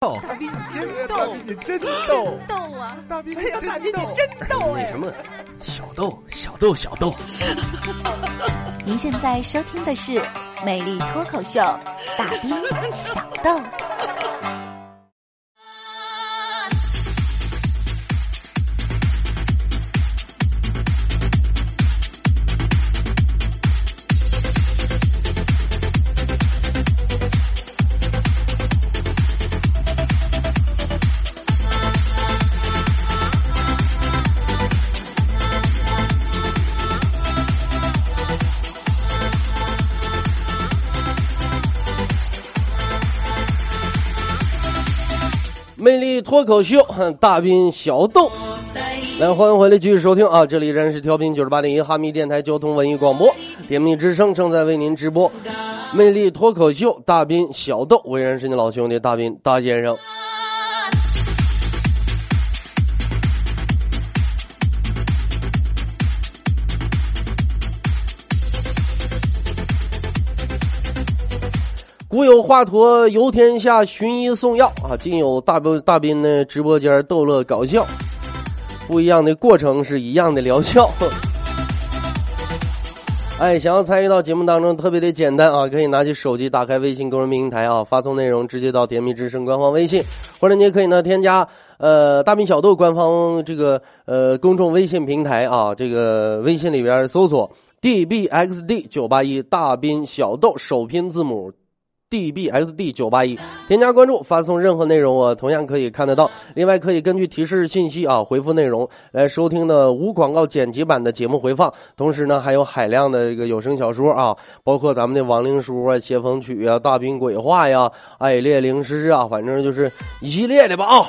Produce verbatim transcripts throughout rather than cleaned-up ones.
大斌你真逗， 大斌你真逗， 逗啊！ 大斌， 哎呀，大斌你真逗哎！ 什么小豆小豆小豆？ 您现在收听的是《美丽脱口秀》，大斌小豆。 魅力脱口秀，大斌小豆，来欢迎回来继续收听啊！这里仍然是调频九十八点一哈密电台交通文艺广播，点蜜之声正在为您直播。魅力脱口秀，大斌小豆，我依然是你老兄弟大斌大先生。古有华佗游天下寻医送药啊，今有大斌大斌的直播间逗乐搞笑，不一样的过程是一样的疗效。哎，想要参与到节目当中特别的简单啊，可以拿起手机打开微信公众平台啊，发送内容直接到甜蜜之声官方微信，或者你也可以呢添加呃大斌小豆官方这个呃公众微信平台啊，这个微信里边搜索 D B X D 九八一 大斌小豆首拼字母D B X D 九八一， 添加关注，发送任何内容我同样可以看得到。另外可以根据提示信息啊回复内容来收听的无广告剪辑版的节目回放，同时呢还有海量的这个有声小说啊，包括咱们的亡灵书啊、邪风曲啊、大兵鬼话呀、爱猎灵诗啊，反正就是一系列的吧啊。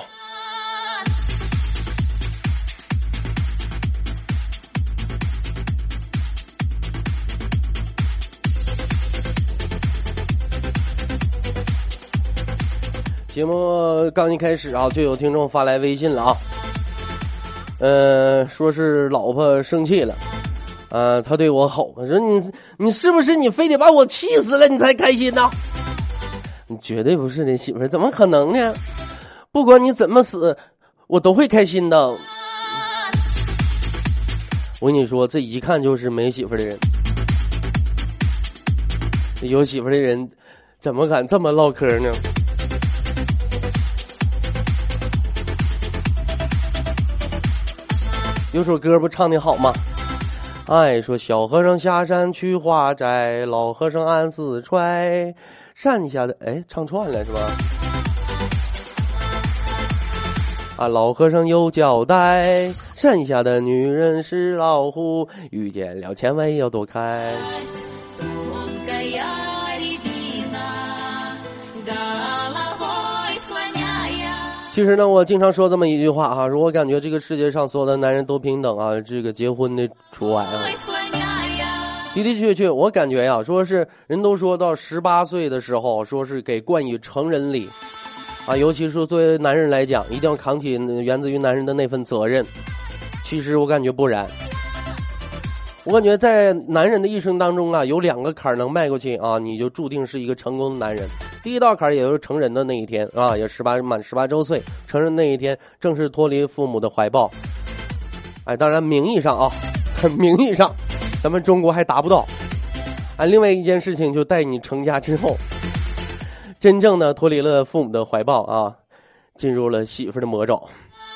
节目刚一开始啊，就有听众发来微信了啊，呃，说是老婆生气了，呃，他对我吼，我说你你是不是你非得把我气死了你才开心呢？你绝对不是的，媳妇儿，怎么可能呢？不管你怎么死，我都会开心的。我跟你说，这一看就是没媳妇儿的人，有媳妇儿的人怎么敢这么唠嗑呢？有首歌不唱的好吗？哎，说小和尚下山去化斋，老和尚按寺揣，山下的哎唱串了是吧？啊，老和尚有交代，山下的女人是老虎，遇见了千万要躲开。其实呢，我经常说这么一句话哈，说我感觉这个世界上所有的男人都平等啊，这个结婚的除外啊。的的确确，我感觉呀，说是人都说到十八岁的时候，说是给冠以成人礼啊，尤其是作为男人来讲，一定要扛起源自于男人的那份责任。其实我感觉不然，我感觉在男人的一生当中啊，有两个坎能迈过去啊，你就注定是一个成功的男人。第一道坎也就是成人的那一天啊，也十八满十八周岁，成人那一天正是脱离父母的怀抱。哎，当然名义上啊，名义上咱们中国还达不到。哎，另外一件事情就带你成家之后，真正的脱离了父母的怀抱啊，进入了媳妇的魔爪。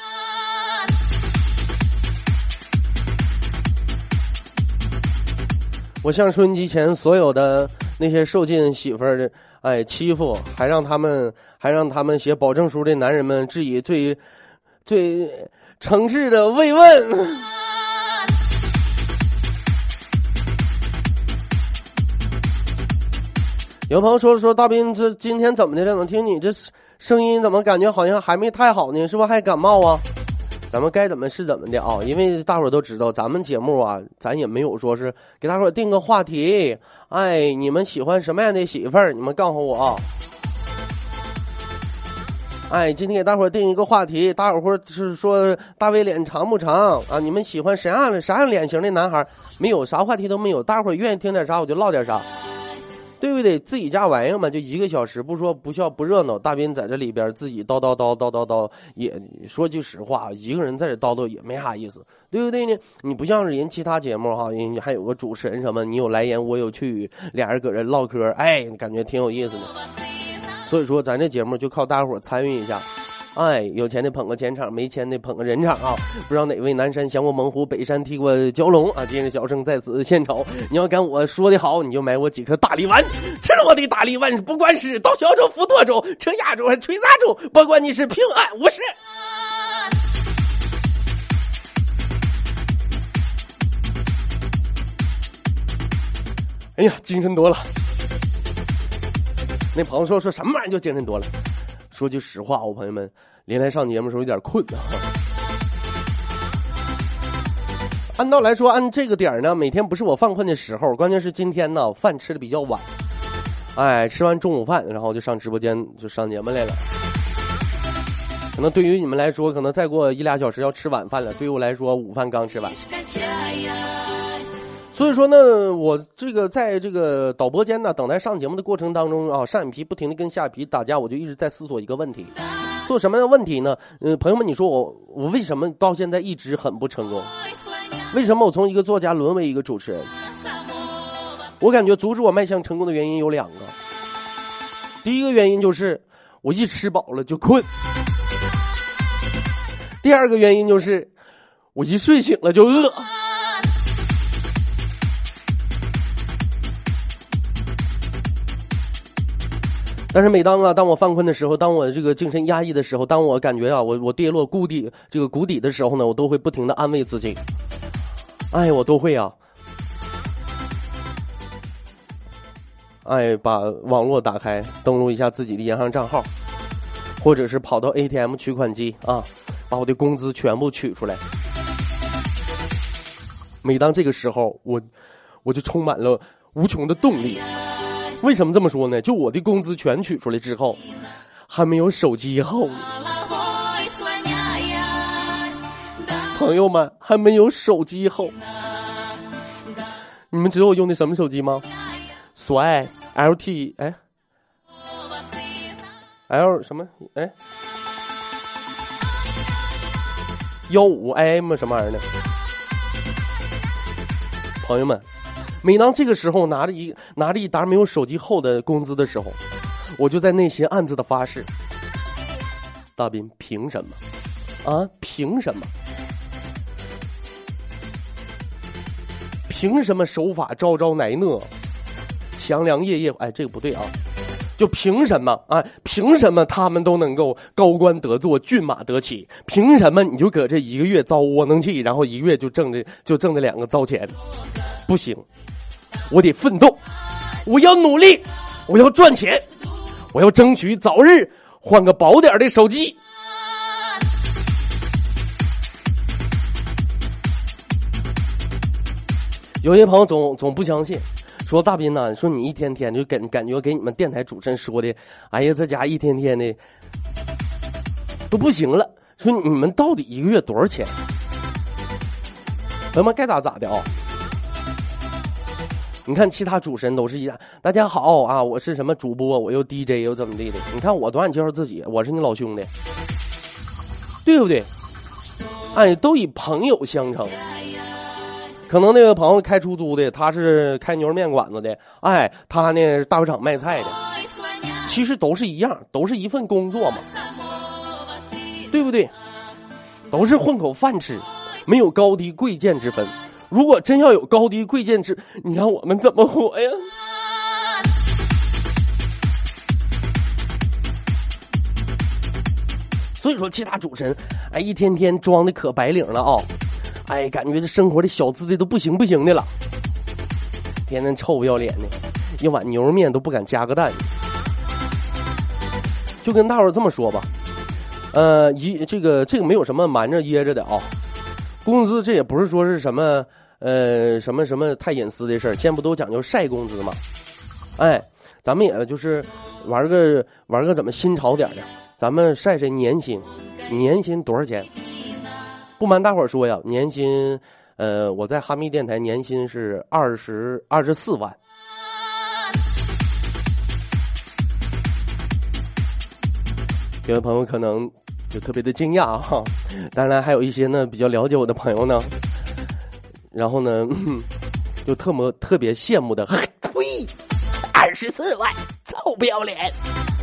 我向收音机前所有的那些受尽媳妇儿的哎欺负，还让他们还让他们写保证书的男人们致以最最诚挚的慰问。有朋友说了说大斌，这今天怎么的了？怎么听你这声音怎么感觉好像还没太好呢？是不是还感冒啊？咱们该怎么是怎么的啊？因为大伙儿都知道，咱们节目啊，咱也没有说是给大伙儿定个话题。哎，你们喜欢什么样的媳妇儿？你们告诉我。哎，今天给大伙儿定一个话题，大伙儿是说大卫脸长不长啊？你们喜欢啥样的啥样脸型的男孩？没有，啥话题都没有，大伙儿愿意听点啥我就唠点啥。 对不对？自己家玩意儿嘛，就一个小时，不说不笑不热闹。大斌在这里边自己叨叨叨叨叨叨，也说句实话，一个人在这叨叨也没啥意思，对不对呢？你不像是人其他节目哈，人还有个主持人什么，你有来言我有去语，俩人搁这唠嗑，哎，感觉挺有意思的。所以说，咱这节目就靠大伙参与一下。哎，有钱的捧个钱场，没钱的捧个人场啊！不知道哪位南山降过猛虎，北山踢过蛟龙啊？今日小生在此献丑，你要敢我说的好，你就买我几颗大力丸，吃了我的大力丸，不管是到小州、福多州、车亚州还是吹撒州，不管你是平安无事。哎呀，精神多了。那朋友说说什么玩意儿就精神多了。说句实话，我朋友们连来上节目的时候有点困啊。按道来说，按这个点呢，每天不是我犯困的时候，关键是今天呢，饭吃的比较晚。哎，吃完中午饭，然后就上直播间就上节目来了。可能对于你们来说，可能再过一俩小时要吃晚饭了，对于我来说，午饭刚吃完。所以说呢，我这个在这个导播间呢，等待上节目的过程当中啊，上眼皮不停的跟下皮打架，我就一直在思索一个问题，做什么样的问题呢？嗯、呃，朋友们，你说我我为什么到现在一直很不成功？为什么我从一个作家沦为一个主持人？我感觉阻止我迈向成功的原因有两个。第一个原因就是我一吃饱了就困。第二个原因就是我一睡醒了就饿。但是每当啊，当我犯困的时候，当我这个精神压抑的时候，当我感觉啊，我我跌落谷底这个谷底的时候呢，我都会不停的安慰自己。哎，我都会啊，哎，把网络打开，登录一下自己的银行账号，或者是跑到 A T M 取款机啊，把我的工资全部取出来。每当这个时候，我我就充满了无穷的动力。为什么这么说呢？就我的工资全取出来之后，还没有手机号呢。朋友们，还没有手机号。你们知道我用的什么手机吗？索爱 L T 哎 L 什么哎幺五 I M 什么玩意儿的？朋友们。每当这个时候拿着一拿着一沓没有手机后的工资的时候，我就在内心暗自的发誓：大斌凭什么啊？凭什么？凭什么手法朝朝乃讷，强梁夜夜？哎，这个不对啊！就凭什么啊？凭什么他们都能够高官得坐，骏马得骑？凭什么你就搁这一个月遭窝囊气，然后一个月就挣这就挣这两个糟钱？不行！我得奋斗，我要努力，我要赚钱，我要争取早日换个薄点的手机。有些朋友总总不相信，说大斌呐，说你一天天就感感觉给你们电台主持人说的，哎呀，这家一天天的都不行了。说你们到底一个月多少钱？朋友们该咋咋的啊？你看其他主持人都是一样，大家好啊，我是什么主播，我又 D J 又怎么地的？你看我多爱介绍自己，我是你老兄弟，对不对？哎，都以朋友相称。可能那个朋友开出租的，他是开牛肉面馆子的，哎，他呢是大会场卖菜的，其实都是一样，都是一份工作嘛，对不对？都是混口饭吃，没有高低贵贱之分。如果真要有高低贵贱之，你让我们怎么活呀？所以说，其他主持人，哎，一天天装的可白领了啊、哦，哎，感觉这生活的小资的都不行不行的了，天天臭不要脸的，一碗牛肉面都不敢加个蛋。就跟大伙儿这么说吧，呃，一这个这个没有什么瞒着掖着的啊、哦，工资这也不是说是什么。呃，什么什么太隐私的事儿，现在不都讲究晒工资吗？哎，咱们也就是玩个玩个怎么新潮点的，咱们晒晒年薪，年薪多少钱？不瞒大伙儿说呀，年薪，呃，我在哈密电台年薪是二十二十四万。 有的朋友可能就特别的惊讶哈，当然还有一些呢比较了解我的朋友呢，然后呢就特么特别羡慕的，呸，二十四万，臭不要脸！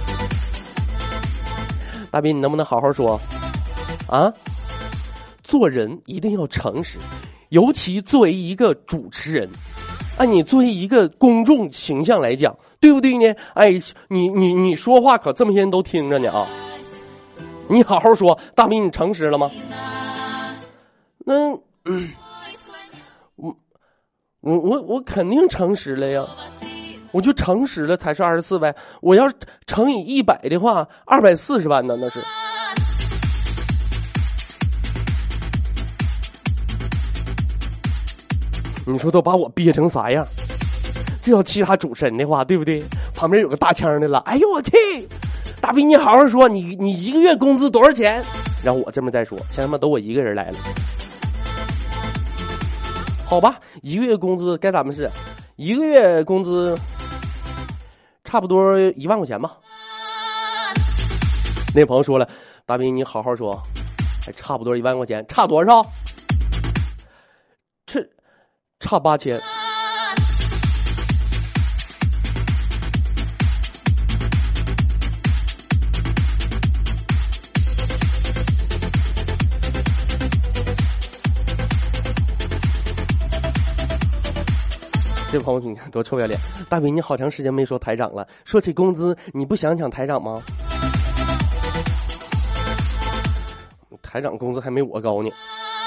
大斌，你能不能好好说啊？做人一定要诚实，尤其作为一个主持人，按你作为一个公众形象来讲，对不对呢？哎，你你你说话可这么些人都听着呢啊！你好好说，大斌，你诚实了吗？那，嗯、我我我我肯定诚实了呀，我就诚实了才是二十四万，我要乘以一百的话，二百四十万呢，那是。你说都把我憋成啥样？这要其他主持人的话，对不对？旁边有个大腔的了，哎呦我去！大斌，你好好说，你你一个月工资多少钱？然后我这么再说，现在嘛都我一个人来了，好吧？一个月工资该咱们是，一个月工资差不多一万块钱吧。那朋友说了，大斌你好好说，还差不多一万块钱，差多少？这。差八千，这朋友你看多臭不要脸！大斌，你好长时间没说台长了，说起工资，你不想想台长吗？台长工资还没我高呢。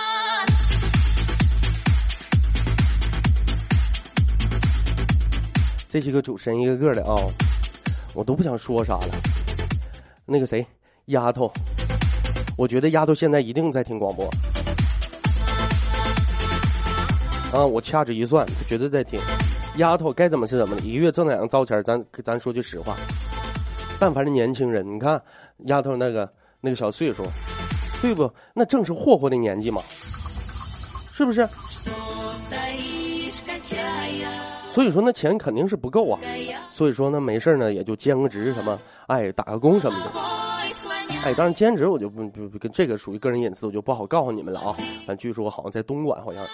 这几个主持人一个个的啊、哦，我都不想说啥了。那个谁，丫头，我觉得丫头现在一定在听广播啊！我掐指一算，绝对在听。丫头该怎么是怎么的，一个月挣两个糟钱，咱咱说句实话。但凡是年轻人，你看丫头那个那个小岁数，对不？那正是霍霍的年纪嘛，是不是？所以说那钱肯定是不够啊，所以说呢没事呢也就兼个职什么，哎打个工什么的，哎当然兼职我就不不跟这个属于个人隐私，我就不好告诉你们了啊。反正据说好像在东莞，好像，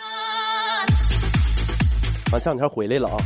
啊这两天回来了啊，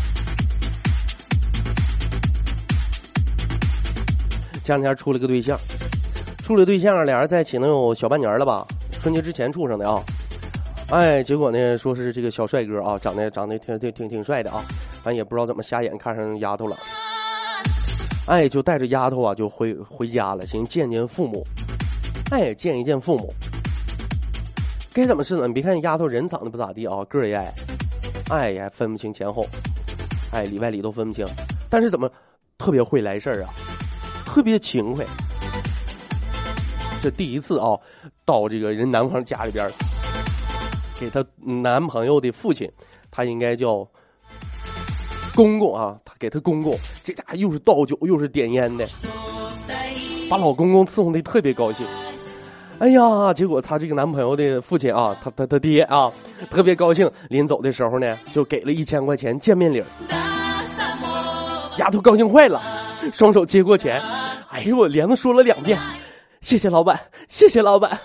前两天处了个对象，处了对象，俩人在一起能有小半年了吧，春节之前处上的啊。哎，结果呢，说是这个小帅哥啊，长得长得挺挺挺挺帅的啊，反正也不知道怎么瞎眼看上丫头了，哎，就带着丫头啊就回回家了，寻见见父母，哎，见一见父母，该怎么是呢？你别看丫头人长得不咋地啊，个儿也矮，哎呀分不清前后，哎里外里都分不清，但是怎么特别会来事儿啊，特别勤快。这第一次啊，到这个人男方家里边。给她男朋友的父亲，他应该叫公公啊，他给他公公，这家又是倒酒又是点烟的，把老公公伺候的特别高兴。哎呀，结果他这个男朋友的父亲啊，他他他爹啊，特别高兴，临走的时候呢，就给了一千块钱见面礼。丫头高兴坏了，双手接过钱，哎呦，我连着说了两遍，谢谢老板，谢谢老板。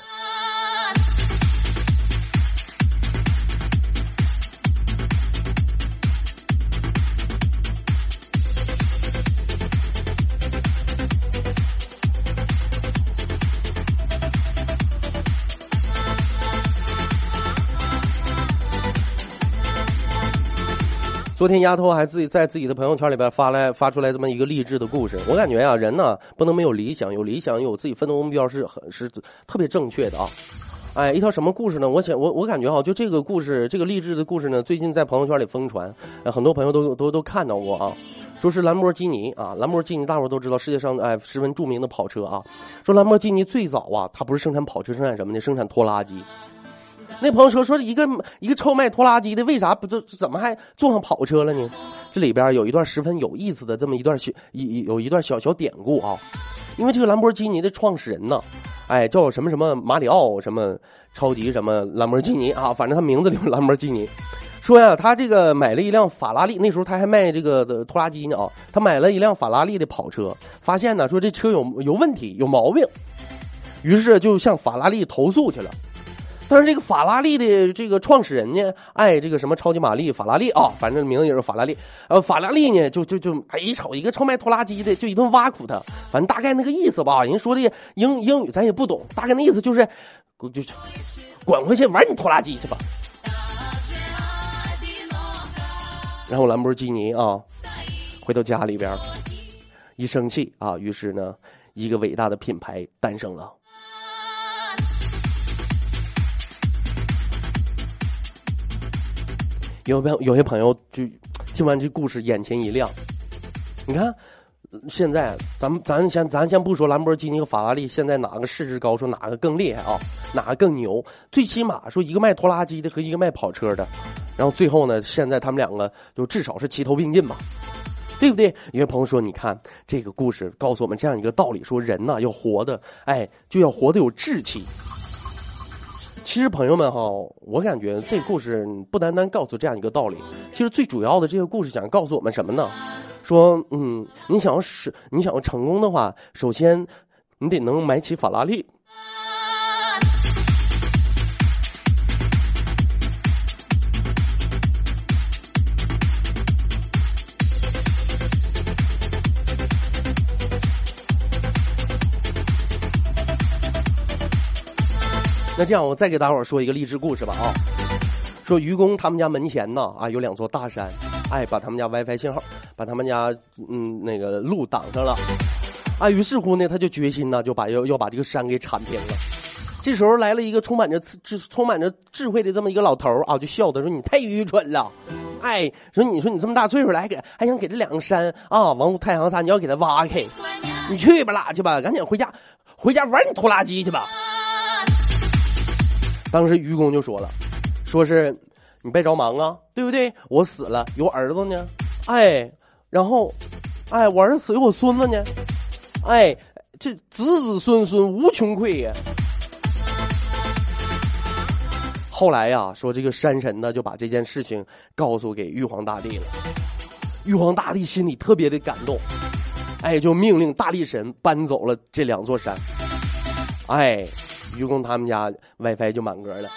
昨天丫头还自己在自己的朋友圈里边发来发出来这么一个励志的故事，我感觉啊，人呢不能没有理想，有理想有自己奋斗目标是很是特别正确的啊。哎，一条什么故事呢？我想我我感觉哈，就这个故事，这个励志的故事呢，最近在朋友圈里疯传，呃、很多朋友都都都看到过啊。说是兰博基尼啊，兰博基尼大伙都知道，世界上哎十分著名的跑车啊。说兰博基尼最早啊，它不是生产跑车，生产什么呢？生产拖拉机。那朋友说说一个一个臭卖拖拉机的，为啥不就怎么还坐上跑车了呢？这里边有一段十分有意思的这么一段小一有一段小小典故啊。因为这个兰博基尼的创始人呢，哎叫什么什么马里奥什么超级什么兰博基尼啊，反正他名字里有兰博基尼。 说呀，他这个买了一辆法拉利，那时候他还卖这个的拖拉机呢啊，他买了一辆法拉利的跑车，发现呢说这车有有问题，有毛病，于是就向法拉利投诉去了。但是这个法拉利的这个创始人呢，哎，这个什么超级玛丽法拉利啊，反正名字也是法拉利。呃，法拉利呢，就就就哎，瞅一个臭卖拖拉机的，就一顿挖苦他。反正大概那个意思吧，人说的英英语咱也不懂，大概那意思就是，就滚回去玩你拖拉机去吧。然后兰博基尼啊，回到家里边，一生气啊，于是呢，一个伟大的品牌诞生了。有朋友有些朋友就听完这故事眼前一亮，你看现在咱们咱先咱先不说兰博基尼和法拉利现在哪个市值高，说哪个更厉害啊，哪个更牛，最起码说一个卖拖拉机的和一个卖跑车的，然后最后呢现在他们两个就至少是齐头并进吧，对不对？有些朋友说你看这个故事告诉我们这样一个道理，说人呐、啊、要活的哎就要活得有志气。其实朋友们哈，我感觉这个故事不单单告诉这样一个道理，其实最主要的这个故事想告诉我们什么呢？说嗯，你想要是你想要成功的话，首先你得能买起法拉利。那这样我再给大伙儿说一个励志故事吧啊，说愚公他们家门前呢啊有两座大山，哎把他们家 WiFi 信号把他们家嗯那个路挡上了，啊于是乎呢他就决心呢就把要要把这个山给铲平了。这时候来了一个充满着智充满着智慧的这么一个老头啊，就笑他说你太愚蠢了，哎说你说你这么大岁数来给还想给这两个山啊王太行山你要给他挖开，你去吧啦去吧，赶紧回家回家玩你拖拉机去吧。当时愚公就说了，说是你别着忙啊，对不对？我死了有儿子呢，哎，然后，哎，我儿子死有我孙子呢，哎，这子子孙孙无穷匮呀。后来呀，说这个山神呢就把这件事情告诉给玉皇大帝了，玉皇大帝心里特别的感动，哎，就命令大力神搬走了这两座山，哎。愚公他们家 WiFi 就满格了。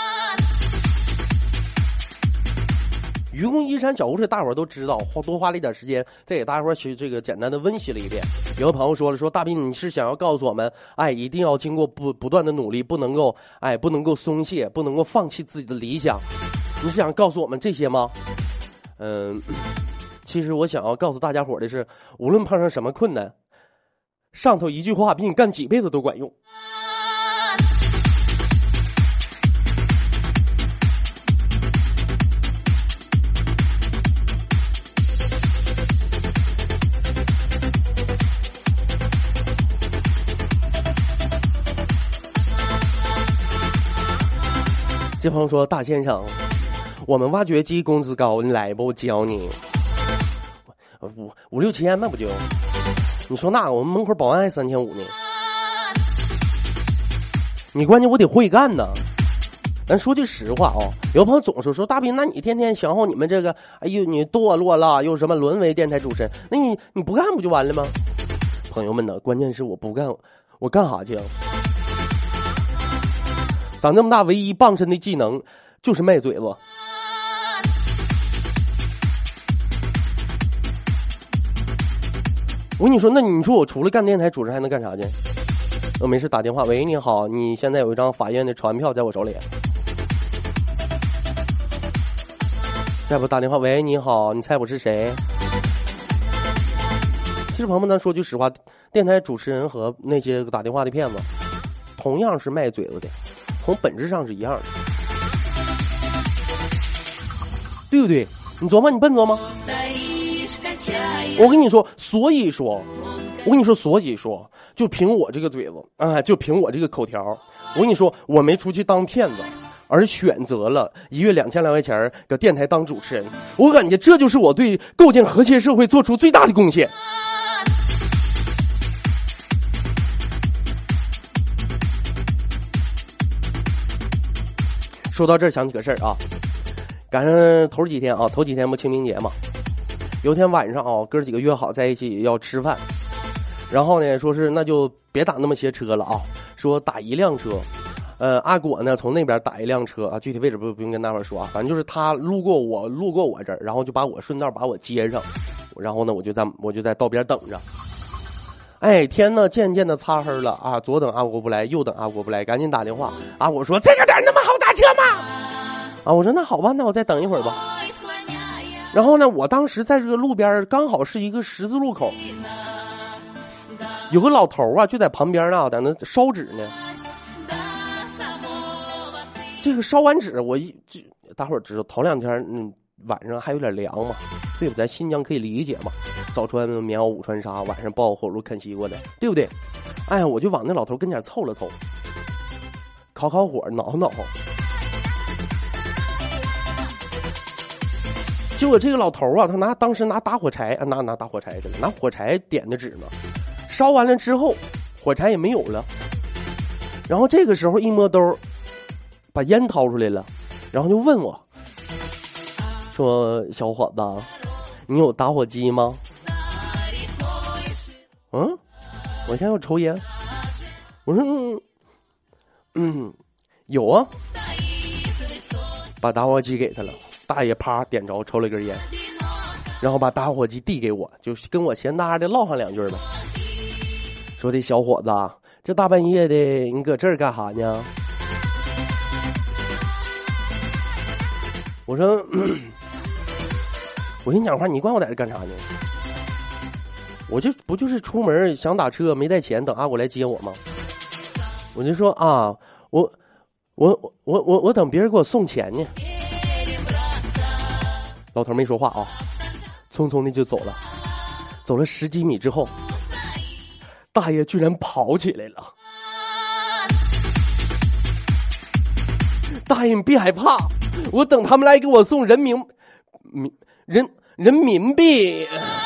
愚公移山小故事大伙儿都知道，多花了一点时间再给大伙儿去这个简单的温习了一遍。有个朋友说了，说大斌你是想要告诉我们，哎，一定要经过不不断的努力，不能够哎不能够松懈，不能够放弃自己的理想。你是想告诉我们这些吗？嗯，其实我想要告诉大家伙儿的是，无论碰上什么困难，上头一句话比你干几辈子都管用。这朋友说大先生，我们挖掘机工资高，你来不我教你五五六千那不就，你说那我们门口保安还三千五呢，你关键我得会干呢。咱说句实话哦，有朋友总是说大斌，那你天天想好你们这个，哎呦你堕落了又什么沦为电台主持人，那你你不干不就完了吗？朋友们呢，关键是我不干，我干啥去？长这么大唯一傍身的技能就是卖嘴子。我跟你说，那你说我除了干电台主持还能干啥去？我没事打电话，喂你好，你现在有一张法院的传票在我手里。再不打电话，喂你好，你猜我是谁？其实朋友们，咱说句实话，电台主持人和那些打电话的骗子同样是卖嘴子的，从本质上是一样的，对不对？你琢磨，你笨琢磨。我跟你说，所以说，我跟你说，所以说，就凭我这个嘴子啊，就凭我这个口条，我跟你说，我没出去当骗子，而选择了一月两千来块钱搁电台当主持人。我感觉这就是我对构建和谐社会做出最大的贡献。说到这儿想起个事儿啊， 赶上头几天啊，头几天不清明节嘛，有天晚上啊，哥几个约好在一起要吃饭，然后呢说是那就别打那么些车了啊，说打一辆车。呃，阿果呢从那边打一辆车啊，具体位置不不用跟大伙说啊，反正就是他路过我，路过我这儿，然后就把我顺道把我接上，然后呢我就在我就在道边等着。哎，天呢渐渐的擦黑了啊，左等阿果不来，右等阿果不来，赶紧打电话。阿果说这个点那么好打车吗？啊，我说那好吧，那我再等一会儿吧。然后呢，我当时在这个路边刚好是一个十字路口，有个老头啊就在旁边呢，在那烧纸呢。这个烧完纸，我一这大伙儿知道，头两天嗯晚上还有点凉嘛，对不？咱新疆可以理解嘛，早穿棉袄午穿纱，晚上抱火炉啃西瓜的，对不对？哎呀，我就往那老头跟前凑了凑，烤烤火，挠挠。结果这个老头啊，他拿当时拿打火柴啊，拿拿打火柴去了，拿火柴点的纸嘛，烧完了之后，火柴也没有了。然后这个时候一摸兜，把烟掏出来了，然后就问我说：“小伙子，你有打火机吗？”嗯，我现在要抽烟。我说：“嗯，嗯，有啊。”把打火机给他了，大爷啪点着，抽了根烟，然后把打火机递给我，就跟我闲搭的唠上两句呗。说的小伙子，这大半夜的，你搁这儿干啥呢？我说，我跟你讲话，你管我在这干啥呢？我就不就是出门想打车没带钱，等阿果来接我吗？我就说啊，我我我我我等别人给我送钱呢。老头没说话啊，匆匆的就走了。走了十几米之后，大爷居然跑起来了。大爷你别害怕，我等他们来给我送人民民人人民币。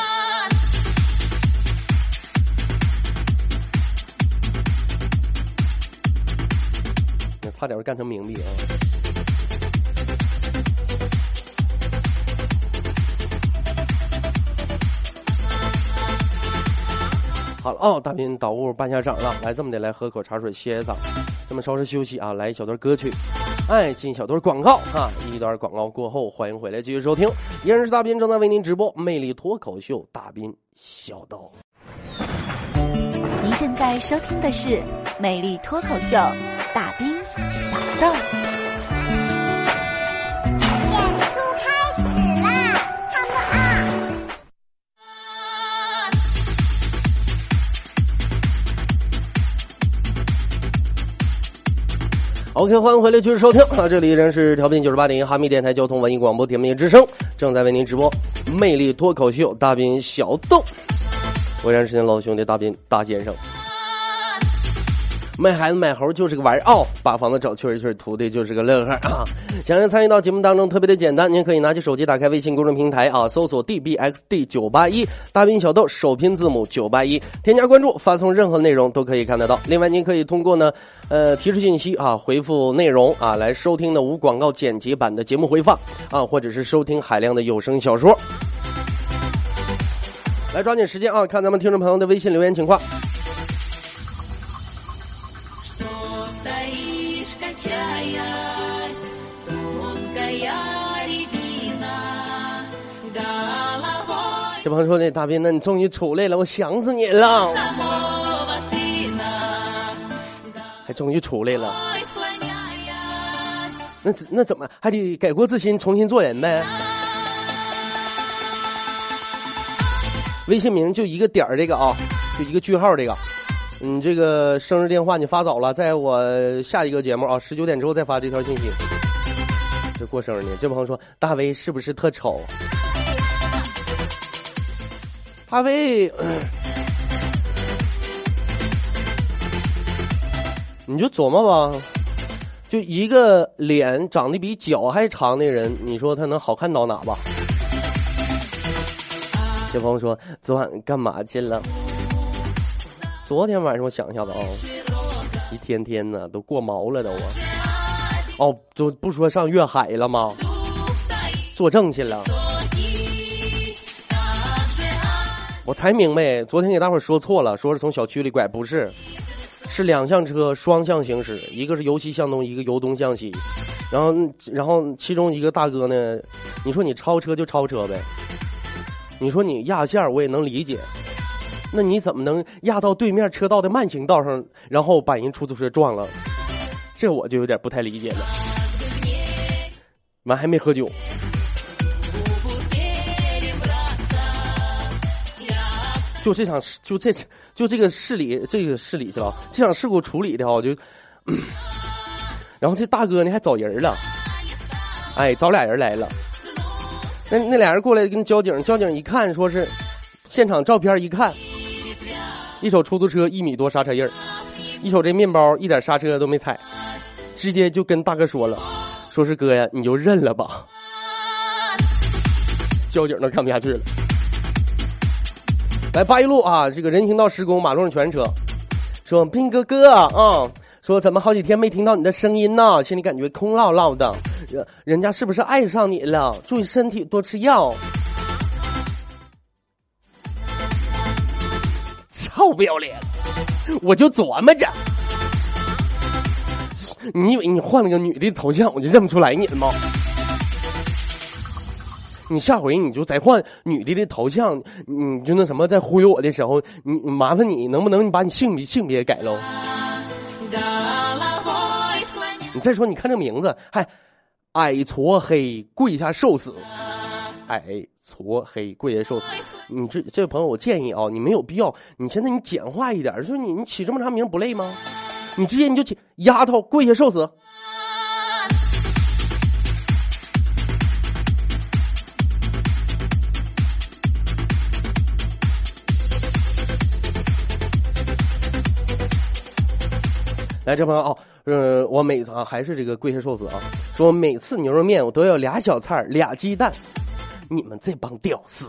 差点干成冥币啊！好了哦，大斌导物半下场了，来这么的，来喝口茶水歇歇嗓，这么稍事休息啊，来一小段歌曲，哎，进小段广告啊，一段广告过后，欢迎回来继续收听，依然是大斌正在为您直播魅力脱口秀，大斌小豆。 您现在收听的是魅力脱口秀，大斌小豆。 演出开始啦，看不啊 ！OK， 欢迎回来继续收听啊！这里依然是调频九十八点一哈密电台交通文艺广播甜蜜之声，正在为您直播魅力脱口秀，大斌小豆。我认识您老兄弟大斌大先生。卖孩子买猴就是个玩意儿哦，把房子找趣儿趣儿，图的就是个乐呵啊！想要参与到节目当中，特别的简单，您可以拿起手机打开微信公众平台啊，搜索 D B X D 九八一 大斌小豆首拼字母九八一，添加关注，发送任何内容都可以看得到。另外，您可以通过呢呃提示信息啊，回复内容啊来收听的无广告剪辑版的节目回放啊，或者是收听海量的有声小说。来抓紧时间啊，看咱们听众朋友的微信留言情况。这朋友说：“那大斌，那你终于出来了，我想死你了，还终于出来了。那那怎么还得改过自新，重新做人呗？”微信名就一个点儿，这个啊，就一个句号，这个。你这个生日电话你发早了，在我下一个节目啊，十九点之后再发这条信息。这过生日呢，这朋友说：“大威是不是特丑？”大威、嗯，你就琢磨吧，就一个脸长得比脚还长的人，你说他能好看到哪吧？这朋友说：“昨晚干嘛去了？”昨天晚上我想一下子啊、哦，一天天呢都过毛了都啊，哦，就不说上粤海了吗？ 作证去了。我才明白，昨天给大伙说错了，说是从小区里拐，不是，是两辆车双向行驶，一个是由西向东，一个由东向西。然后，然后其中一个大哥呢，你说你超车就超车呗，你说你压线我也能理解，那你怎么能压到对面车道的慢行道上，然后把人出租车撞了？这我就有点不太理解了。完还没喝酒。就这场就这就这个事理这个事理去了，这场事故处理的话，我就、嗯，然后这大哥呢还找人了，哎，找俩人来了，那那俩人过来跟交警，交警一看说是现场照片一看，一手出租车一米多刹车印儿，一手这面包一点刹车都没踩，直接就跟大哥说了，说是哥呀，你就认了吧。交警都看不下去了。来八一路啊，这个人行道施工，马路上全车。说斌哥哥啊、嗯，说怎么好几天没听到你的声音呢？心里感觉空落落的，人家是不是爱上你了？注意身体，多吃药。臭不要脸！我就琢磨着，你以为你换了个女的头像，我就认不出来你了吗？你下回你就再换女的的头像，你就那什么，在忽悠我的时候，你麻烦你能不能你把你性别性别改喽？你再说，你看这名字，还矮矬黑跪下受死，矮矬黑跪下受死。你这这位朋友，我建议啊，你没有必要，你现在你简化一点，说你你起这么长名不累吗？你直接你就起丫头跪下受死。来，这朋友哦，呃，我每次啊还是这个跪下受死啊，说每次牛肉面我都要俩小菜俩鸡蛋，你们这帮屌丝，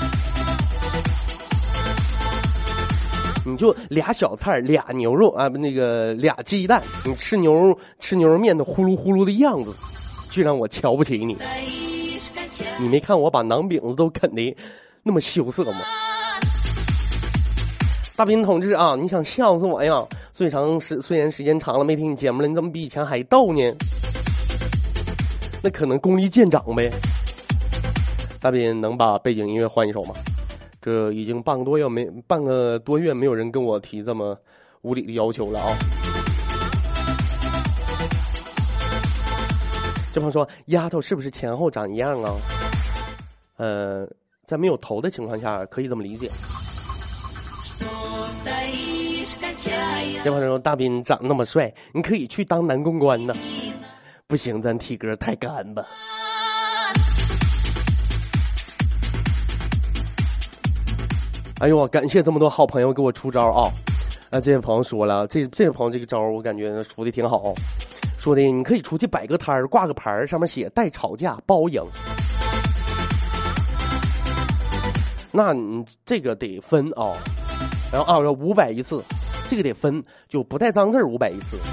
你就俩小菜俩牛肉啊，那个俩鸡蛋，你吃牛肉吃牛肉面的呼噜呼噜的样子，就让我瞧不起你。你没看我把馕饼子都啃得那么羞涩吗？大斌同志啊，你想笑死我呀？虽长时虽然时间长了没听你节目了，你怎么比以前还逗呢？那可能功力见长呗。大斌能把背景音乐换一首吗？这已经半个多月没半个多月没有人跟我提这么无理的要求了啊！这朋友说，丫头是不是前后长一样啊？呃，在没有头的情况下，可以这么理解。这朋友说，大斌长那么帅，你可以去当男公关呢。不行，咱体格太干吧。哎呦，感谢这么多好朋友给我出招啊！啊，这位朋友说了，这这位朋友这个招我感觉出的挺好，说的你可以出去摆个摊儿，挂个牌儿，上面写带吵架包赢。那你这个得分啊，然后啊五百一次，这个得分，就不带脏字五百一次。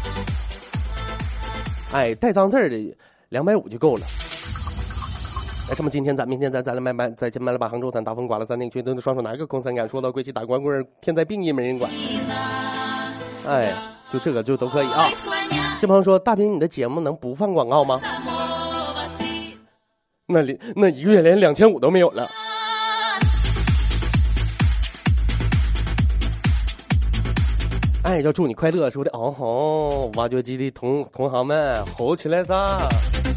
哎，带脏字的两百五就够了。来，什么今天咱明天咱咱来买买再见买了把杭州咱大风刮了三天去，都双手拿个空三杆，说到归期打光棍，天灾病疫没人管。哎，就这个就都可以啊。这朋友说，大斌你的节目能不放广告吗？那里那一个月连两千五都没有了。哎，要祝你快乐，说的哦吼，挖掘机的同同行们吼起来噻！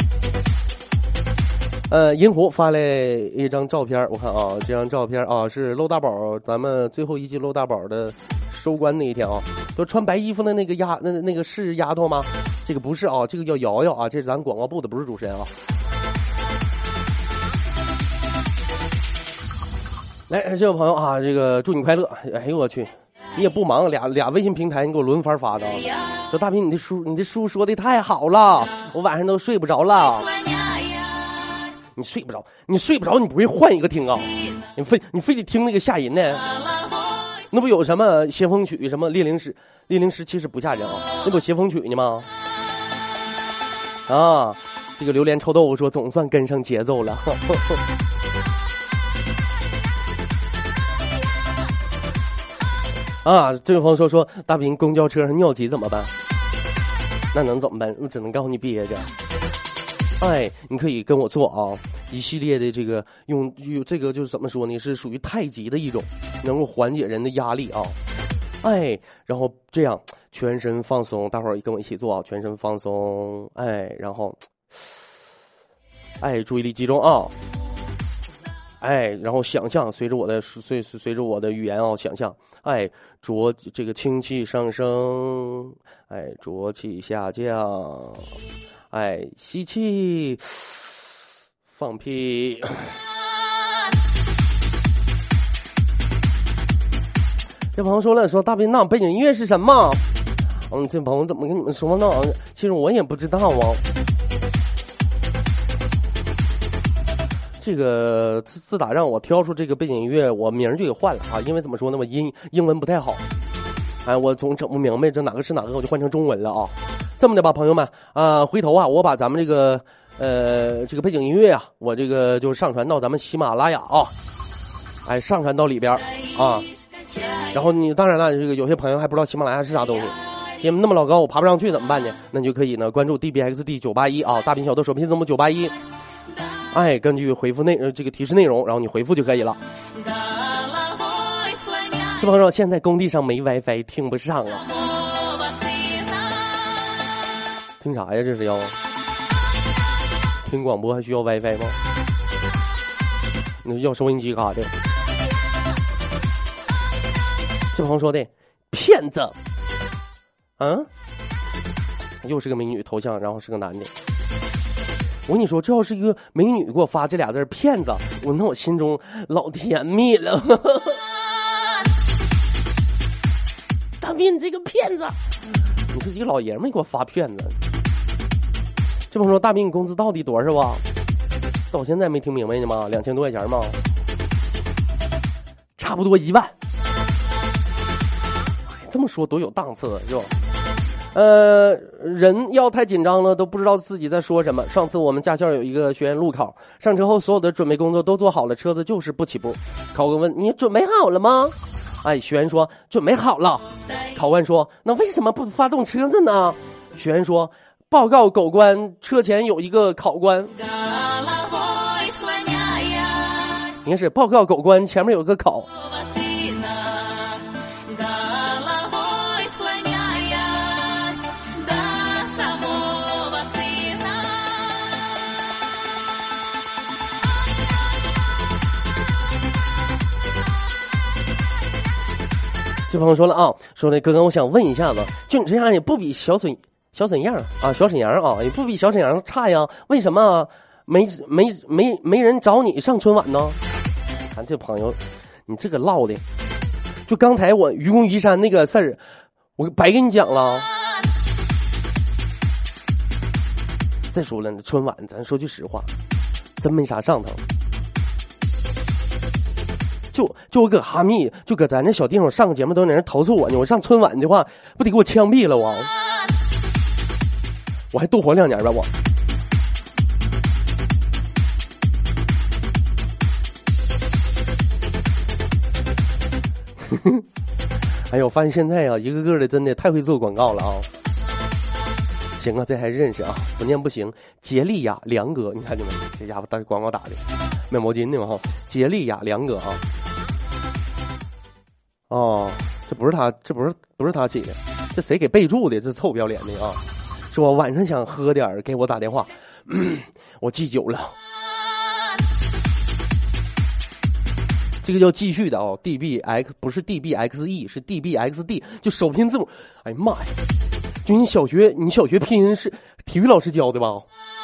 呃，银狐发来一张照片，我看啊，这张照片啊是漏大宝，咱们最后一季漏大宝的收官那一天啊，都穿白衣服的那个丫，那那个是丫头吗？这个不是啊，这个叫瑶瑶啊，这是咱广告部的，不是主持人啊。来，这位朋友啊，这个祝你快乐！哎呦我去！你也不忙，俩俩微信平台你给我轮番发的。说大斌，你的书你的书说的太好了，我晚上都睡不着了。你睡不着，你睡不着，你不会换一个听啊？你非你非得听那个吓人呢？那不有什么邪风曲，什么猎灵石，猎灵石其实不吓人啊，那不有邪风曲呢吗？啊， 这个榴莲臭豆腐说总算跟上节奏了。啊，这位朋友说说大兵公交车上尿急怎么办？那能怎么办？我只能告诉你憋着。哎，你可以跟我做啊，一系列的这个用用这个就是怎么说呢？是属于太极的一种，能够缓解人的压力啊。哎，然后这样全身放松，大伙儿跟我一起做啊，全身放松。哎，然后，哎，注意力集中啊。哎，然后想象随着我的随随着我的语言啊，想象，哎，浊这个氢气上升，哎，浊气下降。哎，吸气，放屁。这朋友说了，说大斌，那背景音乐是什么？嗯，这朋友怎么跟你们说呢？其实我也不知道啊。这个自自打让我挑出这个背景音乐，我名就给换了啊，因为怎么说呢，我英英文不太好，哎，我总整不明白这哪个是哪个，我就换成中文了啊。这么的吧，朋友们啊、呃，回头啊，我把咱们这个呃这个背景音乐啊，我这个就上传到咱们喜马拉雅啊，哎，上传到里边啊。然后你当然了，这个有些朋友还不知道喜马拉雅是啥东西，因为那么老高我爬不上去怎么办呢？那你就可以呢关注 D B X D 九八一啊，大兵小豆首拼字母九八一，哎，根据回复内这个提示内容，然后你回复就可以了。这朋友说现在工地上没 WiFi 听不上啊。听啥呀？这是要听广播还需要 WiFi 吗？那要收音机干啥的？这朋友说的骗子，嗯，又是个美女头像，然后是个男的。我跟你说，这要是一个美女给我发这俩字骗子，我那我心中老甜蜜了。大斌，你这个骗子！你是一个老爷们儿给我发骗子。这朋友说大兵，你工资到底多少啊？到现在没听明白呢吗？两千多块钱吗？差不多一万。这么说多有档次是吧？呃，人要太紧张了都不知道自己在说什么。上次我们驾校有一个学员路考，上车后所有的准备工作都做好了，车子就是不起步。考官问你准备好了吗？哎，学员说准备好了。考官说那为什么不发动车子呢？学员说报告狗官，车前有一个考官。应该是报告狗官，前面有个考。这朋友说了啊，说那哥哥，我想问一下子，就你这样也不比小沈小沈阳啊，小沈阳啊，也不比小沈阳差呀？为什么没没没没人找你上春晚呢？看这朋友，你这个唠的，就刚才我愚公移山那个事儿，我白跟你讲了。再说了，春晚咱说句实话，真没啥上头。就就我搁哈密，就搁咱这小地方上个节目都有人投诉我呢。我上春晚的话，不得给我枪毙了我？我还多活两年吧我。哎呦，我发现现在啊，一个个的真的太会做广告了啊！行啊，这还认识啊？不念不行。杰利亚梁哥，你看见没？这家伙打广告打的，卖毛巾的嘛哈。杰利亚梁哥啊。哦，这不是他，这不是不是他起的，这谁给备注的？这臭不要脸的啊！说晚上想喝点，给我打电话，嗯、我记酒了。这个叫继续的哦 ，D B X 不是 D B X E， 是 D B X D， 就首拼字母。哎呀妈呀！就你小学，你小学拼音是体育老师教的吧？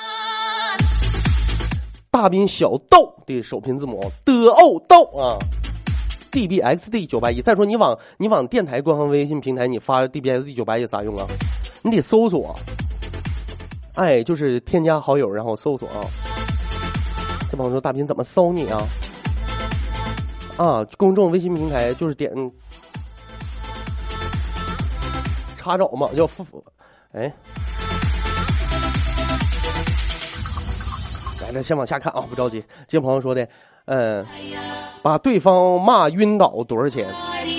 大兵小豆的首拼字母的哦豆啊。D B X D 九八一，再说你往你往电台官方微信平台你发 D B X D 九八一啥用啊？你得搜索，哎，就是添加好友然后搜索啊。这朋友说大兵怎么搜你啊？啊，公众微信平台就是点查找嘛，叫付，哎， 来，这先往下看啊，不着急。这朋友说的，嗯，把对方骂晕倒多少钱？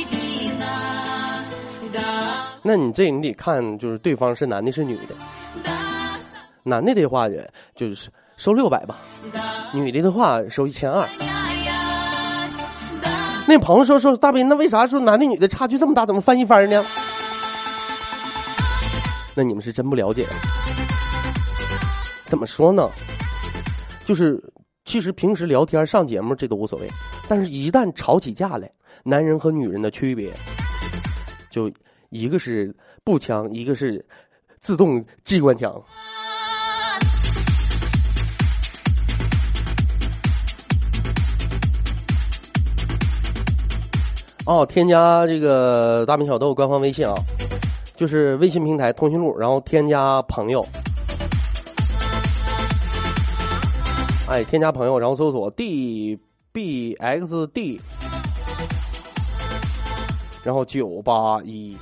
那你这你得看，就是对方是男的是女的。男的的话，就是收六百吧；女的的话收一千二。那朋友说说大斌，那为啥说男的女的差距这么大，怎么翻一番呢？那你们是真不了解。怎么说呢？就是其实平时聊天上节目这都无所谓，但是一旦吵起架来，男人和女人的区别，就一个是步枪，一个是自动机关枪。哦，添加这个大明小豆官方微信啊，就是微信平台通讯录，然后添加朋友，哎，添加朋友，然后搜索 D B X D， 然后九八一，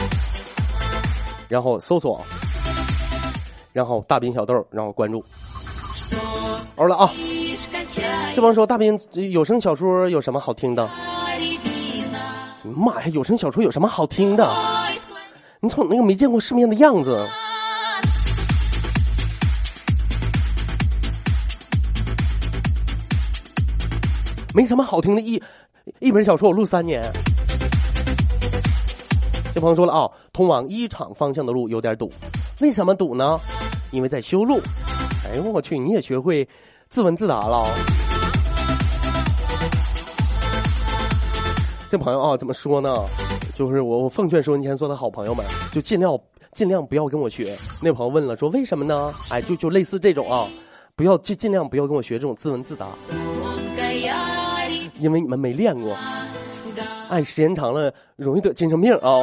然后搜索，然后大斌小豆，然后关注。好了啊，这帮说大斌有声小说有什么好听的？妈呀，有声小说有什么好听的？你瞅那个没见过世面的样子。没什么好听的一一本小说我录三年。这朋友说了啊、哦，通往一厂方向的路有点堵，为什么堵呢？因为在修路。哎呦我去，你也学会自问自答了。这朋友啊，怎么说呢？就是我，我奉劝收音前所有的好朋友们，就尽量尽量不要跟我学。那朋友问了，说为什么呢？哎，就就类似这种啊，不要尽尽量不要跟我学这种自问自答，因为你们没练过。哎，时间长了容易得精神病啊。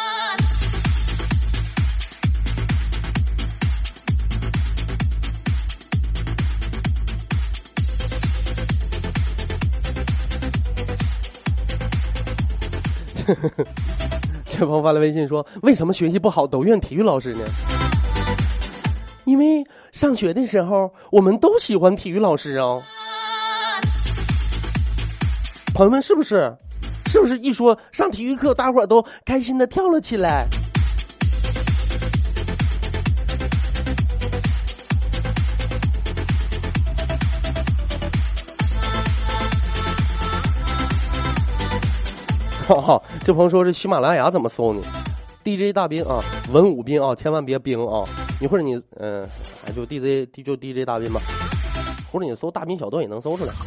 这朋友发来微信说，为什么学习不好都怨体育老师呢？因为上学的时候我们都喜欢体育老师啊。朋友们是不是是不是一说上体育课大伙儿都开心的跳了起来？哦，这朋友说是喜马拉雅怎么搜呢 ？D J 大兵啊，文武兵啊，千万别兵啊！你或者你嗯，哎、呃，就 D J 就 D J 大兵吧，或者你搜大兵小豆也能搜出来。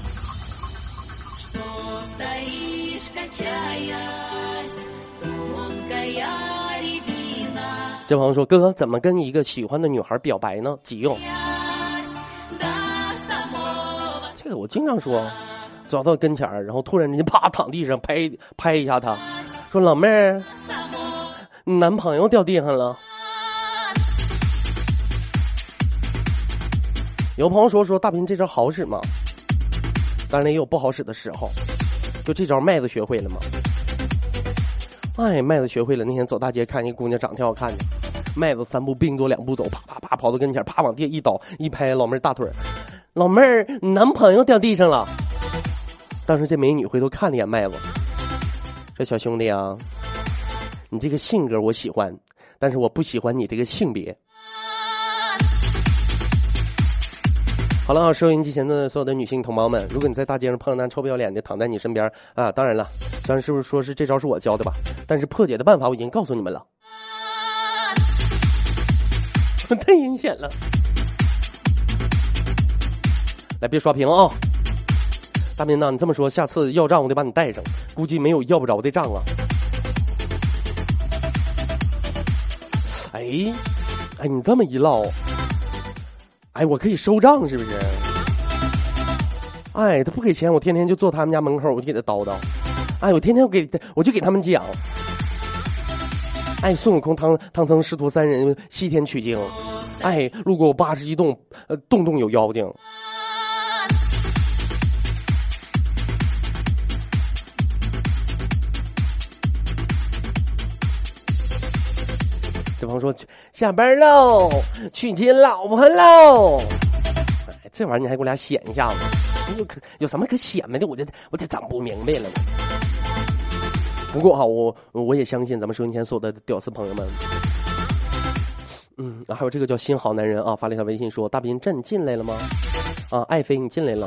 这朋友说：“哥哥怎么跟一个喜欢的女孩表白呢？急用。”这个我经常说。走到跟前儿，然后突然之间啪躺地上拍拍一下他，说：“老妹儿，你男朋友掉地上了。”有朋友说说大斌这招好使吗？当然也有不好使的时候，就这招麦子学会了吗？哎，麦子学会了。那天走大街看一个姑娘长得挺好看的，麦子三步并作两步走，啪啪啪跑到跟前，啪往地一倒一拍老妹儿大腿，老妹儿，你男朋友掉地上了。当时这美女回头看了一眼麦子，说：“小兄弟啊，你这个性格我喜欢，但是我不喜欢你这个性别。”好了啊，收音机前的所有的女性同胞们，如果你在大街上碰到那臭不要脸的躺在你身边啊，当然了，虽然是不是说是这招是我教的吧，但是破解的办法我已经告诉你们了，太阴险了。来，别刷屏啊！大斌呐，你这么说，下次要账我得把你带上，估计没有要不着的账啊。哎，哎，你这么一唠，哎，我可以收账是不是？哎，他不给钱，我天天就坐他们家门口，我就给他叨叨。哎，我天天我给我就给他们讲。哎，孙悟空、唐唐僧师徒三人西天取经。哎，路过八十一洞，呃，洞洞有妖精。 这朋友说下班喽，去接老婆喽。哎，这玩意儿你还给我俩显一下子，有可有什么可显摆的？我这我这整不明白了。不过哈，我我也相信咱们收音前所有的屌丝朋友们。嗯，还有这个叫新好男人啊，发了一条微信说：“大斌朕进来了吗？”啊，爱妃你进来了。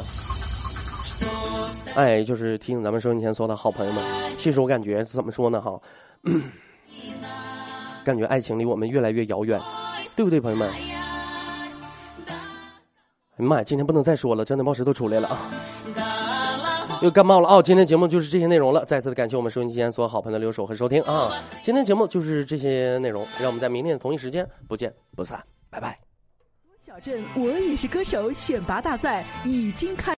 哎，就是提醒咱们收音前所有的好朋友们，其实我感觉怎么说呢哈，嗯、感觉爱情离我们越来越遥远，对不对，朋友们？哎呀妈呀，今天不能再说了，真的冒石头出来了啊！又感冒了啊、哦！今天节目就是这些内容了，再次的感谢我们收音机前所有好朋友的留守和收听啊！今天节目就是这些内容，让我们在明天的同一时间不见不散，拜拜。 小镇我也是歌手选拔大赛已经开。